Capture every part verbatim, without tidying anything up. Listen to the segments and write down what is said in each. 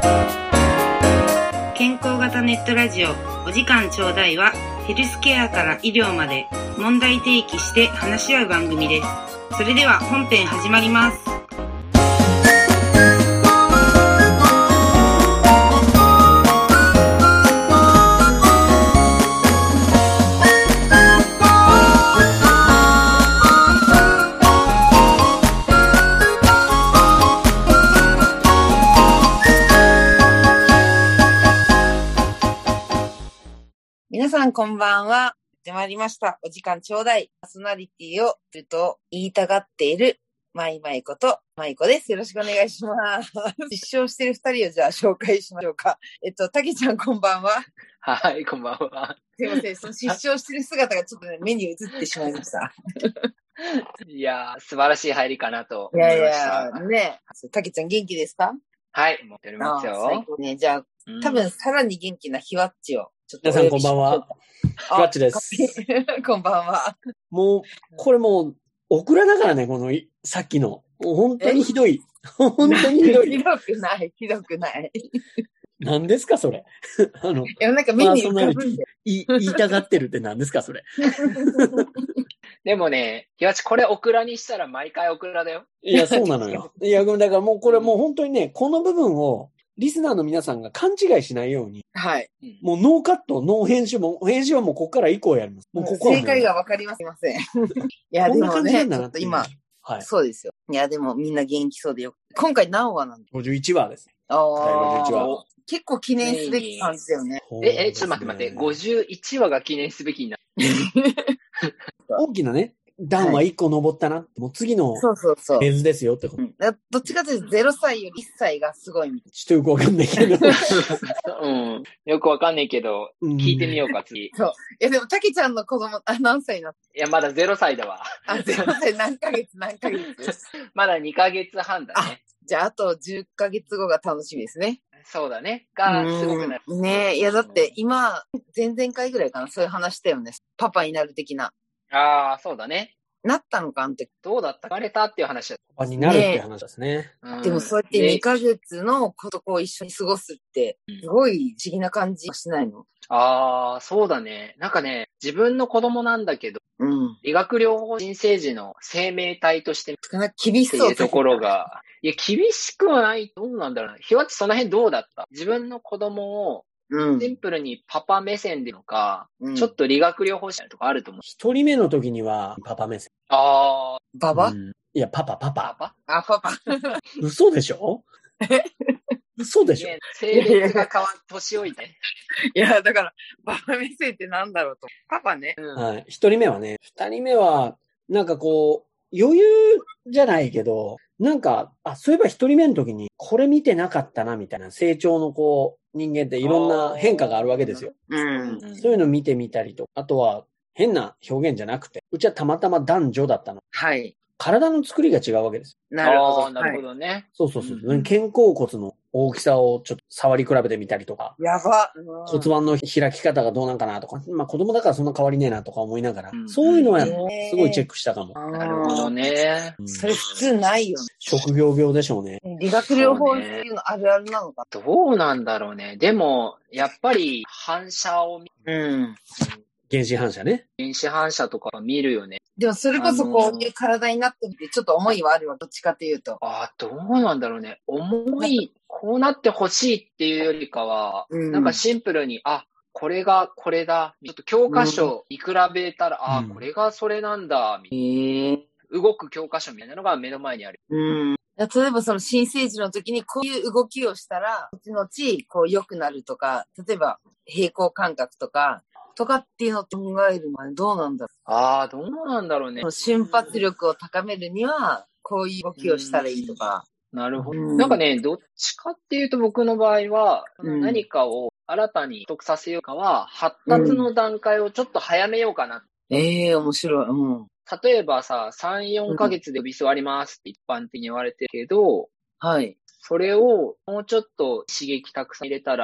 健康型ネットラジオお時間ちょうだいは、ヘルスケアから医療まで問題提起して話し合う番組です。それでは本編始まります。皆さんこんばんは。始まりました。お時間ちょうだい。パーソナリティをずっと言いたがっているまいまいことまいこです。よろしくお願いします。失笑してる二人をじゃあ紹介しましょうか。えっと、たけちゃんこんばんは。 はい、こんばんは。 すいません。その失笑してる姿がちょっとね、目に映ってしまいました。 いやー、素晴らしい入りかなと思いました。いやいや、 ね。たけちゃん元気ですか？ はい、持っておりますよ。 最高ね。じゃあ、うん、多分さらに元気なひわっちを。 皆さんこんばんは。ひわっちです。 こんばんは。 もう、これもう、オクラだからね、この、さっきの。もう本当にひどい。本当にひどい。 ひどくない、ひどくない。 何ですか、それ。 あの、いや、なんか目に浮かぶんで。 言いたがってるって何ですか、それ。 でもね、ひわっち、これオクラにしたら毎回オクラだよ。 いや、そうなのよ。いや、だからもうこれもう本当にね、この部分を、リスナーの皆さんが勘違いしないように。 はい。 もうノーカット、ノー編集も、編集はもうここから以降やります。もうここは正解がわかりません。いや、でもね、ちょっと今、はい。そうですよ。いや、でもみんな元気そうでよ。今回何話なんだ？ ごじゅういちわですね。 ああ。ごじゅういちわ。結構記念すべき感じだよね。 え、え、ちょっと待って待って。ごじゅういちわが記念すべきになる。 大きなね。段はいっこ登ったな。はい、もう次のフェーズですよってこと。 うん、どっちかというとゼロさいよりいっさいがすごいみたい。 ちょっとよくわかんないけど。 うん。よくわかんないけど、聞いてみようか、次。 そう。いやでも、たけちゃんの子供、あ、何歳になった？ いや、まだゼロさいだわ。 あ、ゼロさい何ヶ月何ヶ月まだにかげつはんだね。 じゃあ、あとじゅっかげつごが楽しみですね。 そうだね。が、すごくなる。 ねえ、いやだって今、前々回ぐらいかな、そういう話したよね。パパになる的な。 ああ、そうだね。 なったのかあん時。 どうだったかれたっていう話だった。 パパになるっていう話ですね。 ね、でもそうやってにかげつの子と子を一緒に過ごすって、すごい不思議な感じはしないの？ ああ、そうだね。なんかね、自分の子供なんだけど、うん、理学療法新生児の生命体として厳しそうっていうところが、いや、厳しくはない。どうなんだろうな。ひわっちその辺どうだった？自分の子供を、シンプルにパパ目線でのか、うん、ちょっと理学療法士とかあると思う。 一人目の時にはパパ目線。 ああ。 ババ、 うん、いや、パパ、パパ。 パパあ、パパ。 嘘でしょ嘘でしょ性別が変わっ、年老いて。 いや、だから、パパ目線ってなんだろうと。パパね。 うん、はい。一人目はね、二人目は、なんかこう、余裕じゃないけど、なんか、あ、そういえば一人目の時に、これ見てなかったな、みたいな成長のこう、人間っていろんな変化があるわけですよ。 うん。 そういうの見てみたりとか、あとは変な表現じゃなくて、うちはたまたま男女だったの。 はい。 体の作りが違うわけです。 なるほど。なるほどね。はい、 そうそうそう。うん、肩甲骨の大きさをちょっと触り比べてみたりとか。 やば。 骨盤の開き方がどうなんかなとか。まあ子供だからそんな変わりねえなとか思いながら。うん、そういうのはすごいチェックしたかも。 なるほどね、 うん。それ普通ないよね。 職業病でしょうね。 理学療法っていうのあるあるなのか。 どうなんだろうね。でも、やっぱり反射を見うん。 原子反射ね。 原子反射とか見るよね。 でもそれこそこういう体になってみてちょっと思いはあるわ、どっちかというと。 ああ、どうなんだろうね。思い、こうなってほしいっていうよりかは、うん、なんかシンプルに、あ、これがこれだ。ちょっと教科書見比べたら、うん、ああ、これがそれなんだ。みたいな、動く教科書みたいなのが目の前にある。 うん。例えばその新生児の時にこういう動きをしたら、後々こう良くなるとか、例えば平行感覚とか、とかっていうのを考えるのはどうなんだろう。ああ、どうなんだろうね。 瞬発力を高めるには、こういう動きをしたらいいとか。 なるほど。なんかね、どっちかっていうと僕の場合は、うん、何かを新たに得させようかは、発達の段階をちょっと早めようかな。 うん、ええー、面白い。うん。 例えばさ、さん、よんかげつで指座りますって一般的に言われてるけど、 はい。 それをもうちょっと刺激たくさん入れたら、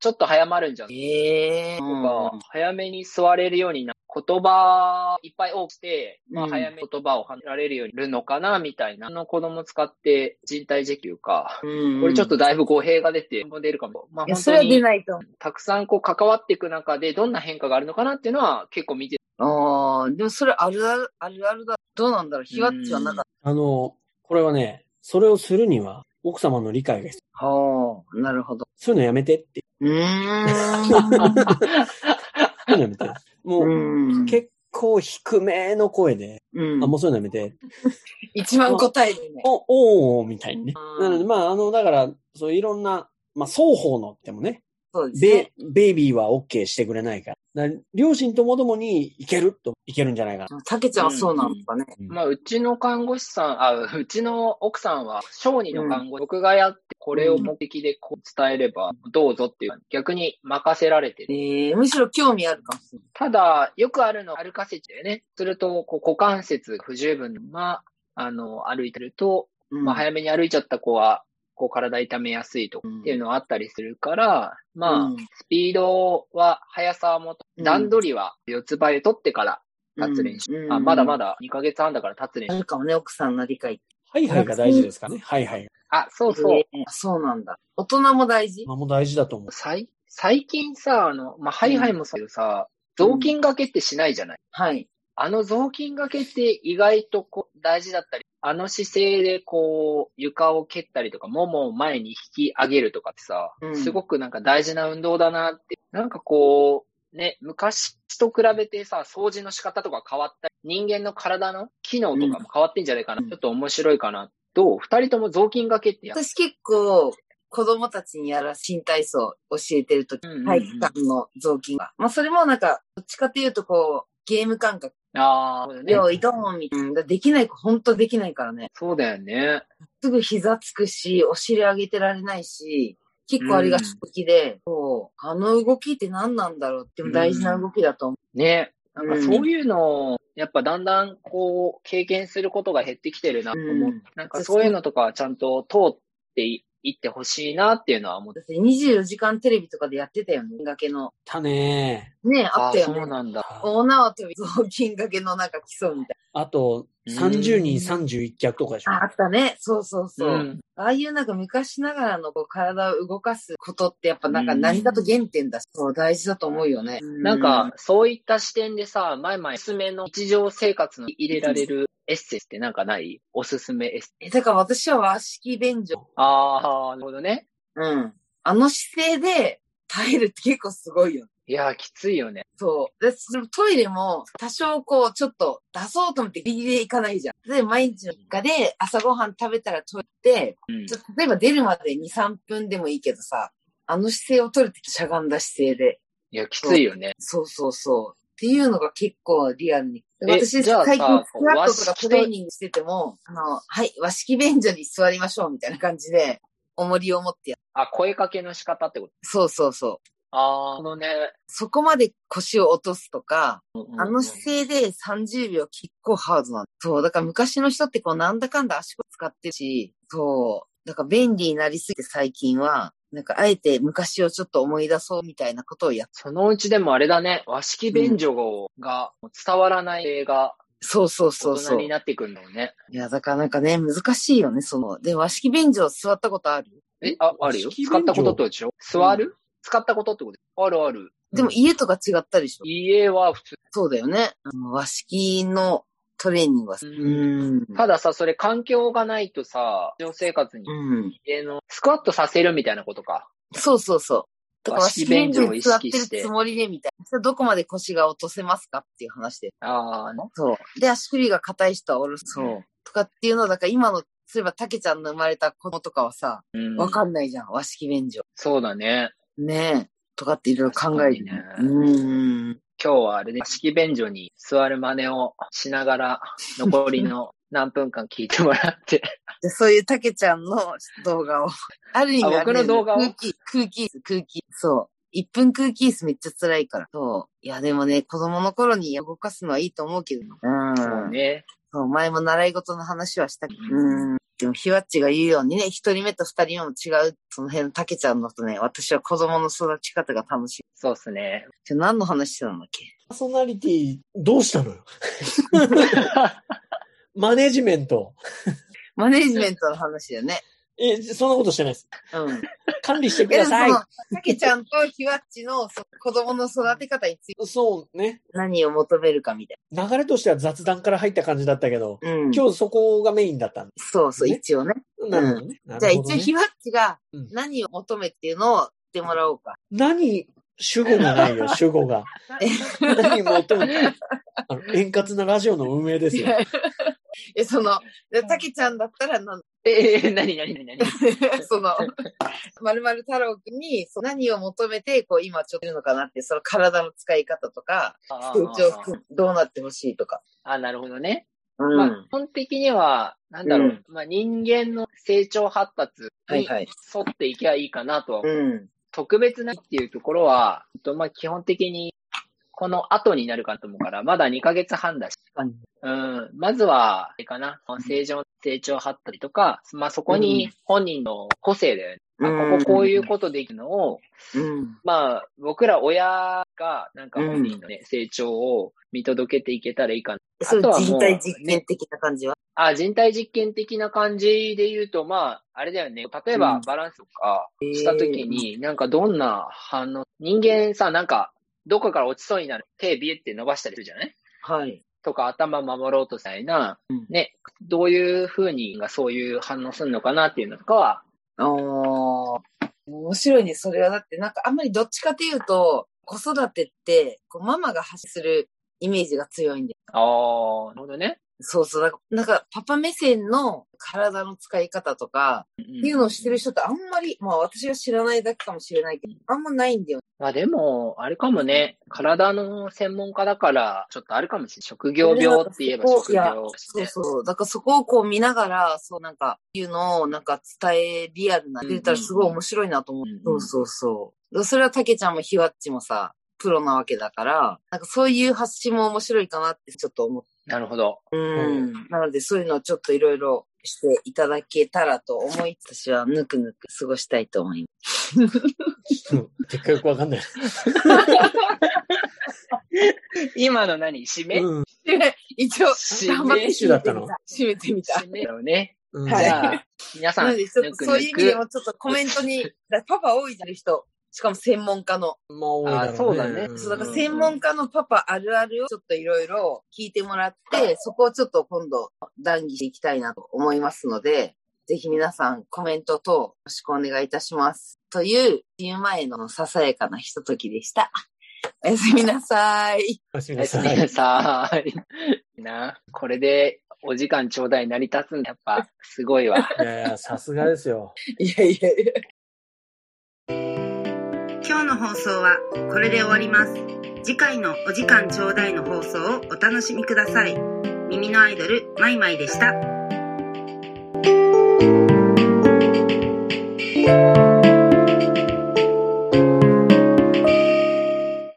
ちょっと早まるんじゃん。 ええー。 とか、早めに座れるようにな、言葉いっぱい多くして、まあ早めに言葉を話せられるようになるのかな、みたいな。あの子供使って人体実習か。 うんうん、 これちょっとだいぶ語弊が出て、出るかも。まあ本当に。 それは出ないと思う。 たくさんこう関わっていく中でどんな変化があるのかなっていうのは結構見てる。 ああ、でもそれあるある、あるあるだ。どうなんだろう、ひわっちはなかった。 あの、これはね、それをするには奥様の理解が必要。 はあ、なるほど。 そういうのやめてって。 うーん。 そういうのやめて。もう、 うん結構低めの声で、 うん、 あ、もうそういうのやめて。 一番答えるね。 お、おーみたいにね。なので、まあ、あの、だから、そういろんな、まあ、双方のってもね。 そうですね。 ベ、ベイビーは OK してくれないから。だから両親ともどもにいけると、いけるんじゃないかな。 たけちゃんはそうなのかね。 うんうん、まあ、うちの看護師さん、あ、うちの奥さんは小児の看護師、うん、僕がやってこれを目的でこう伝えればどうぞっていう、逆に任せられてる。 えー、むしろ興味あるかもしれない。 ただ、よくあるのは歩かせてね。すると、こう股関節不十分な、あの、歩いてると、うん、まあ、早めに歩いちゃった子は、こう体痛めやすいとかっていうのはあったりするから、うん、まあ、うん、スピードは、速さも、段取りは四つ倍で取ってから立つ練習。うん、あ、まだまだにかげつはんだから立つ練習。 あるかもね、奥さんの理解。 はいはいが大事ですかね。はいはい。 あ、そうそう。 えー、そうなんだ。大人も大事。 大人も大事だと思う。 最、最近さ、あの、まあ、ハイハイもそうけどさ、雑巾掛けってしないじゃない、 はい。 あの雑巾掛けって意外とこう大事だったり、あの姿勢でこう床を蹴ったりとか、ももを前に引き上げるとかってさ、うん、すごくなんか大事な運動だなって。なんかこう、ね、昔と比べてさ、掃除の仕方とか変わったり、人間の体の機能とかも変わってんじゃないかな。うん、ちょっと面白いかな。どう？二人とも雑巾掛けってやる？ 私結構、子供たちにやら新体操教えてるとき、体育館の雑巾が。まあそれもなんか、どっちかというとこう、ゲーム感覚。 ああ、 ね。よい、ドーンみたいな。できない子、ほんとできないからね。 そうだよね。 すぐ膝つくし、お尻上げてられないし、結構あれが衝撃で、うん、そう、あの動きって何なんだろうっても大事な動きだと思う。 うん、ね。なんかそういうのを、やっぱだんだんこう、経験することが減ってきてるなと思う。うん、なんかそういうのとかちゃんと通っていいってほしいなっていうのは思って。 にじゅうよじかんテレビとかでやってたよね、掛けの。 たねー。ねえ、あったよね。 そうなんだ。 大縄跳び、雑巾掛けのなんか基礎みたいな。あと、さんじゅうにんさんじゅういち脚とかでしょ。 あったね。そうそうそう。うん、ああいうなんか昔ながらのこう体を動かすことってやっぱなんか何かと原点だし、そう大事だと思うよね。 なんか、そういった視点でさ、前々おすすめの日常生活に入れられるエッセイってなんかない？おすすめエッセイ。 え、だから私は和式便所。 ああ、なるほどね。 うん。あの姿勢で耐えるって結構すごいよね。 いやー、きついよね。 そう。で、トイレも多少こう、ちょっと出そうと思ってギリギリで行かないじゃん。で、毎日の日課で朝ごはん食べたらトイレで、うん、ちょっと例えば出るまでに、さんぷんでもいいけどさ、あの姿勢を取るってしゃがんだ姿勢で。 いや、きついよね。 そうそうそう。っていうのが結構リアルに。私、最近スクワットとかトレーニングしてても、あの、はい、和式便所に座りましょうみたいな感じで、重りを持ってやる。 あ、声かけの仕方ってこと？ そうそうそう。 ああ、のね。 そこまで腰を落とすとか、うんうんうん、あの姿勢でさんじゅうびょう結構ハードなの。そう、だから昔の人ってこうなんだかんだ足を使ってるし、そう、だから便利になりすぎて最近は、なんかあえて昔をちょっと思い出そうみたいなことをやっそのうちでもあれだね、和式便所が伝わらない映画、 そうそうそうそう。 大人になっていくんだよね。 いや、だからなんかね、難しいよね、その。で、和式便所座ったことある？ え、あ、あるよ。使ったことってことでしょ？座る、うん、使ったことってこと？あるある。 でも家とか違ったでしょ？ 家は普通。 そうだよね。和式のトレーニングは。 うんたださ、それ環境がないとさ、日常生活に、家のスクワットさせるみたいなことか。 そうそうそう。だから和式便所に座ってるつもりでみたいな。どこまで腰が落とせますかっていう話で。 ああ、 そう。で、足首が硬い人は下ろす。そう。とかっていうのだから今の、例えばたけちゃんの生まれた子供とかはさ、わ、うん、かんないじゃん、和式便所。 そうだね。 ねえ。とかっていろいろ考えるね。うん。 今日はあれで、和式便所に座る真似をしながら、残りの何分間聞いてもらって。 そういうたけちゃんの動画を。ある意味あれ、ね、 僕の動画を空気、空気、空気。そう。いっぷん空気椅子めっちゃ辛いから。そう。いやでもね、子供の頃に動かすのはいいと思うけど。うん。 そうね。 そう、前も習い事の話はしたけど。うん。 でも、ひわっちが言うようにね、一人目と二人目も違う、その辺のたけちゃんのとね、私は子供の育ち方が楽しい。 そうっすね。 じゃあ何の話してたんだっけ？ パーソナリティ、どうしたのよ。マネジメント。 マネジメントの話だよね。 え、そんなことしてないです。 うん。 管理してください。 たけちゃんとひわっちの子供の育て方について。 そうね。 何を求めるかみたいな。流れとしては雑談から入った感じだったけど、 うん、 今日そこがメインだったんです、 ね。そうそう、一応ね。 なるほどね。 うん、じゃあ一応ひわっちが何を求めっていうのを言ってもらおうか。 うん、何主語がないよ、主語が。何求めて。あの、円滑なラジオの運営ですよ。 え、その、たけちゃんだったら何ええー、何何何何その、まるまる太郎くんに何を求めて、こう、今ちょっといるのかなって、その体の使い方とか、成長くんどうなってほしいとか。 あ、なるほどね。 うん、 まあ、基本的には、なんだろう、うん、まあ、人間の成長発達に沿っていけばいいかなとは思う。はいはい、うん、特別なっていうところは、まあ、基本的に、この後になるかと思うから、まだにかげつはんだし、うん、まずは、あれかな、成長、成長発達とか、まあ、そこに本人の個性だよね。うん、あ、こここういうことできるのを、うん、まあ、僕ら親が、なんか本人のね、うん、成長を見届けていけたらいいかな。 あとはもう、人体実験的な感じは、ね、 あ、人体実験的な感じで言うと、まあ、あれだよね。例えば、バランスとかしたときに、なんかどんな反応、人間さ、なんか、どこから落ちそうになる。手ビエって伸ばしたりするじゃない？ はい。 とか、頭守ろうとしたいな、うん、ね、どういう風にがそういう反応するのかなっていうのとかは。 ああ、面白いね。それはだって、なんかあんまりどっちかというと、子育てって、こうママが発するイメージが強いんで。 ああ、なるほどね。 そうそう。なんか、パパ目線の体の使い方とか、っていうのをしてる人ってあんまり、まあ私が知らないだけかもしれないけど、あんまないんだよ。 まあでも、あれかもね、体の専門家だから、ちょっとあるかもしれない。職業病って言えば職業病。 そうそう。だからそこをこう見ながら、そうなんか、いうのをなんか伝え、リアルな、出たらすごい面白いなと思う。うんうん、そうそうそう。それはたけちゃんもひわっちもさ、プロなわけだから、なんかそういう発信も面白いかなってちょっと思って。 なるほど。 うん。なのでそういうのをちょっといろいろしていただけたらと思い、私はぬくぬく過ごしたいと思います。 結果よくわかんない。 今の何締め、 うん、 一応、 締め手だったの？ 締めてみた。 締めだよね。 うん、はい。 じゃあ、皆さん、 ぬくぬくそういう意味でもちょっとコメントに、パパ多いじゃん、人。しかも専門家の。 まあ多いだろうね。 あ、そうだね。 そう、だから専門家のパパあるあるをちょっといろいろ聞いてもらって、そこをちょっと今度談義していきたいなと思いますので、ぜひ皆さんコメント等よろしくお願いいたします。という、梅雨前のささやかなひとときでした。おやすみなさい。 おやすみなさい。おやすみなさい。な、これでお時間ちょうだい成り立つんだ。やっぱ、すごいわ。 いやいや、さすがですよ。 いやいやいや。今日の放送はこれで終わります。次回のお時間ちょうだいの放送をお楽しみください。耳のアイドル、マイマイでした。